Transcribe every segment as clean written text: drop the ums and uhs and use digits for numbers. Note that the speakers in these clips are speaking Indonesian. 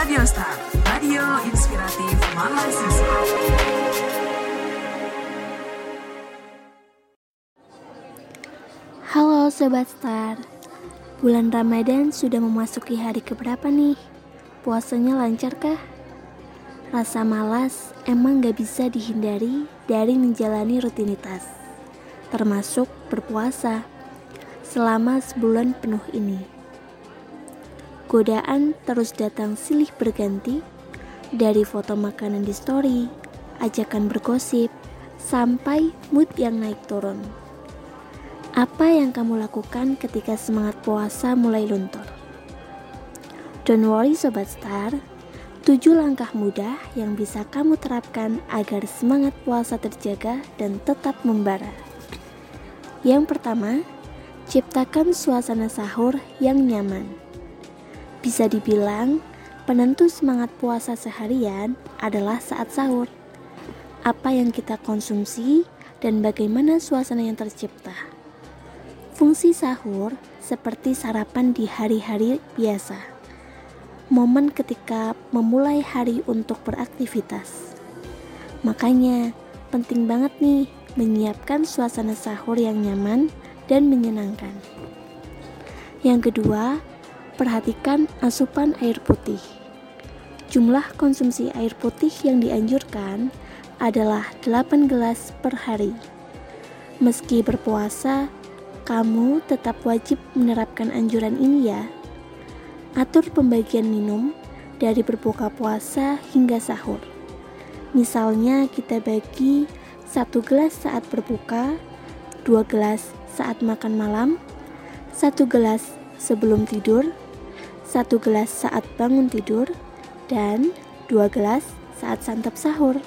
Radio Star, radio inspiratif mahasiswa. Halo Sobat Star, bulan Ramadan sudah memasuki hari keberapa nih? Puasanya lancar kah? Rasa malas emang gak bisa dihindari dari menjalani rutinitas, termasuk berpuasa selama sebulan penuh ini. Godaan terus datang silih berganti, dari foto makanan di story, ajakan bergosip, sampai mood yang naik turun. Apa yang kamu lakukan ketika semangat puasa mulai luntur? Don't worry Sobat Star, 7 langkah mudah yang bisa kamu terapkan agar semangat puasa terjaga dan tetap membara. Yang pertama, ciptakan suasana sahur yang nyaman. Bisa dibilang, penentu semangat puasa seharian adalah saat sahur. Apa yang kita konsumsi dan bagaimana suasana yang tercipta. Fungsi sahur seperti sarapan di hari-hari biasa. Momen ketika memulai hari untuk beraktivitas. Makanya, penting banget nih menyiapkan suasana sahur yang nyaman dan menyenangkan. Yang kedua, perhatikan asupan air putih. Jumlah konsumsi air putih yang dianjurkan adalah 8 gelas per hari. Meski berpuasa, kamu tetap wajib menerapkan anjuran ini ya. Atur pembagian minum dari berbuka puasa hingga sahur. Misalnya kita bagi 1 gelas saat berbuka, 2 gelas saat makan malam, 1 gelas sebelum tidur, 1 gelas saat bangun tidur, dan 2 gelas saat santap sahur.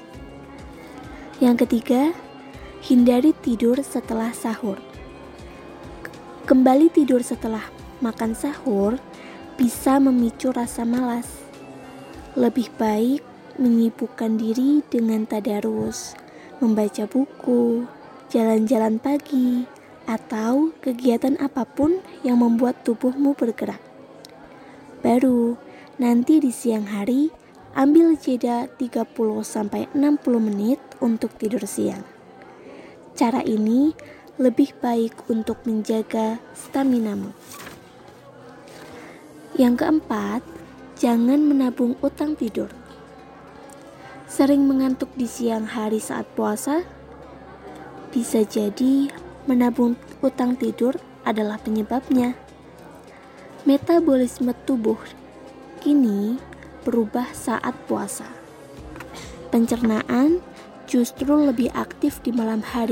Yang ketiga, hindari tidur setelah sahur. Kembali tidur setelah makan sahur bisa memicu rasa malas. Lebih baik menyibukkan diri dengan tadarus, membaca buku, jalan-jalan pagi, atau kegiatan apapun yang membuat tubuhmu bergerak. Baru nanti di siang hari ambil jeda 30-60 menit untuk tidur siang. Cara ini lebih baik untuk menjaga staminamu. Yang keempat, jangan menabung utang tidur. Sering mengantuk di siang hari saat puasa? Bisa jadi menabung utang tidur adalah penyebabnya. Metabolisme tubuh kini berubah saat puasa. Pencernaan justru lebih aktif di malam hari.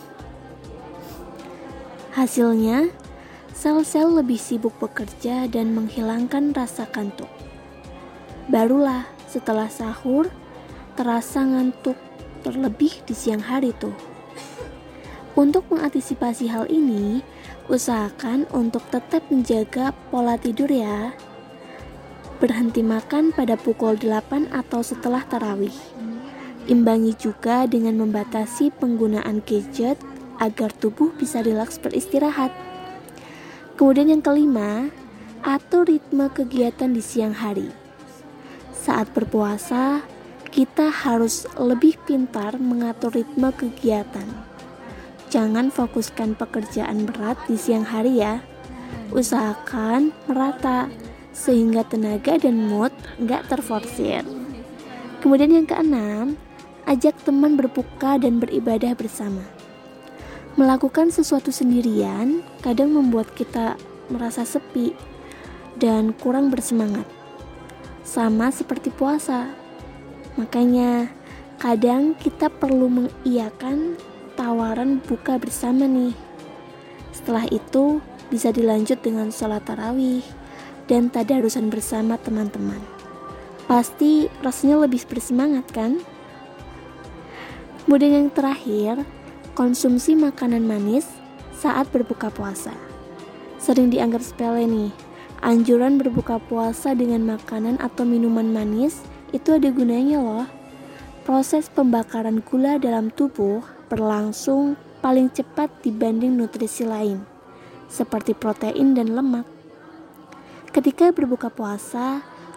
Hasilnya, sel-sel lebih sibuk bekerja dan menghilangkan rasa kantuk. Barulah setelah sahur, terasa ngantuk terlebih di siang hari tuh. Untuk mengantisipasi hal ini, usahakan untuk tetap menjaga pola tidur ya. Berhenti makan pada pukul 8 atau setelah tarawih. Imbangi juga dengan membatasi penggunaan gadget agar tubuh bisa rileks beristirahat. Kemudian yang kelima, atur ritme kegiatan di siang hari. Saat berpuasa, kita harus lebih pintar mengatur ritme kegiatan. Jangan fokuskan pekerjaan berat di siang hari ya. Usahakan merata sehingga tenaga dan mood gak terforsir. Kemudian yang keenam, ajak teman berbuka dan beribadah bersama. Melakukan sesuatu sendirian kadang membuat kita merasa sepi dan kurang bersemangat. Sama seperti puasa. Makanya kadang kita perlu mengiyakan tawaran buka bersama nih. Setelah itu bisa dilanjut dengan sholat tarawih dan tadarusan bersama teman-teman. Pasti rasanya lebih bersemangat kan? Kemudian yang terakhir, konsumsi makanan manis saat berbuka puasa. Sering dianggap sepele nih. Anjuran berbuka puasa dengan makanan atau minuman manis itu ada gunanya loh. Proses pembakaran gula dalam tubuh berlangsung paling cepat dibanding nutrisi lain, seperti protein dan lemak. Ketika berbuka puasa,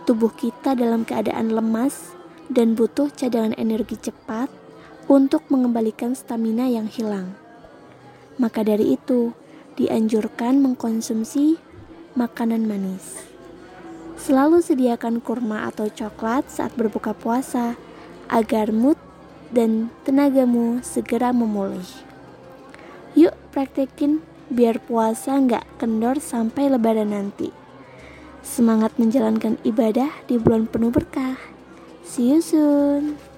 tubuh kita dalam keadaan lemas dan butuh cadangan energi cepat untuk mengembalikan stamina yang hilang. Maka dari itu, dianjurkan mengkonsumsi makanan manis. Selalu sediakan kurma atau coklat saat berbuka puasa agar mood dan tenagamu segera memulih. Yuk praktekin biar puasa nggak kendor sampai lebaran nanti. Semangat menjalankan ibadah di bulan penuh berkah. See you soon.